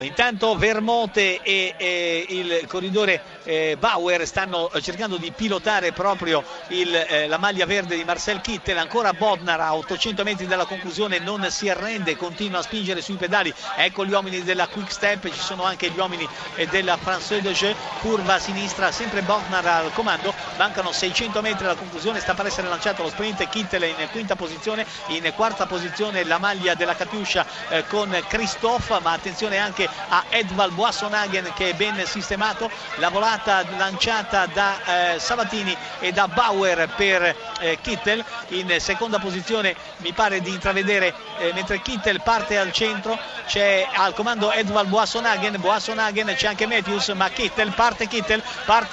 Intanto Vermote e il corridore Bauer stanno cercando di pilotare proprio la maglia verde di Marcel Kittel. Ancora Bodnar a 800 metri dalla conclusione non si arrende, continua a spingere sui pedali. Ecco gli uomini della Quick Step, ci sono anche gli uomini della François de Jeu, curva a sinistra, sempre Bodnar al comando. Mancano 600 metri dalla conclusione, sta per essere lanciato lo sprint. Kittel in quinta posizione, in quarta posizione la maglia della Katusha con Christophe, ma attenzione anche a Edvald Boasson-Hagen che è ben sistemato. La volata lanciata da Sabatini e da Bauer per Kittel. In seconda posizione mi pare di intravedere, mentre Kittel parte al centro, c'è al comando Edvald Boasson-Hagen, c'è anche Matthews, ma parte Kittel,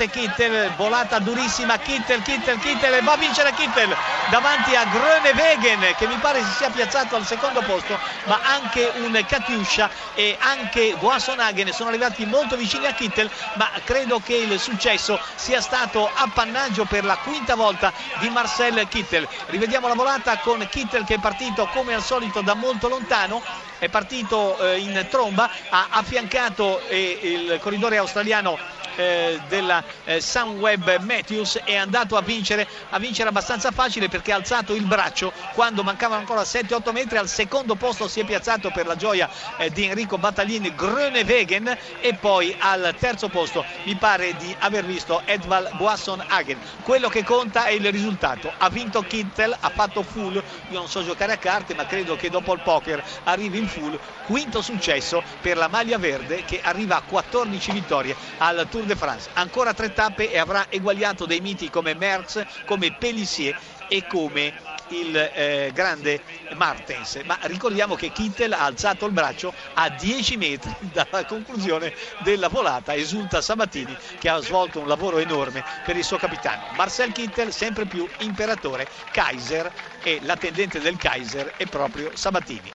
volata durissima, Kittel e va a vincere Kittel davanti a Groenewegen, che mi pare si sia piazzato al secondo posto, ma anche un Katusha e anche Boasson-Hagen sono arrivati molto vicini a Kittel, ma credo che il successo sia stato appannaggio per la quinta volta di Marcel Kittel. Rivediamo la volata con Kittel che è partito come al solito da molto lontano, è partito in tromba, ha affiancato il corridore australiano della Sunweb Matthews, è andato a vincere abbastanza facile perché ha alzato il braccio quando mancavano ancora 7-8 metri. Al secondo posto si è piazzato, per la gioia di Enrico Battaglini, Groenewegen, e poi al terzo posto mi pare di aver visto Edvald Boasson-Hagen. Quello che conta è il risultato, ha vinto Kittel, ha fatto full. Io non so giocare a carte, ma credo che dopo il poker arrivi il full. Quinto successo per la maglia verde, che arriva a 14 vittorie al Tour de France. Ancora 3 tappe e avrà eguagliato dei miti come Merckx, come Pélissier e come il grande Martens. Ma ricordiamo che Kittel ha alzato il braccio a 10 metri dalla conclusione della volata. Esulta Sabatini, che ha svolto un lavoro enorme per il suo capitano. Marcel Kittel sempre più imperatore, Kaiser, e l'attendente del Kaiser è proprio Sabatini.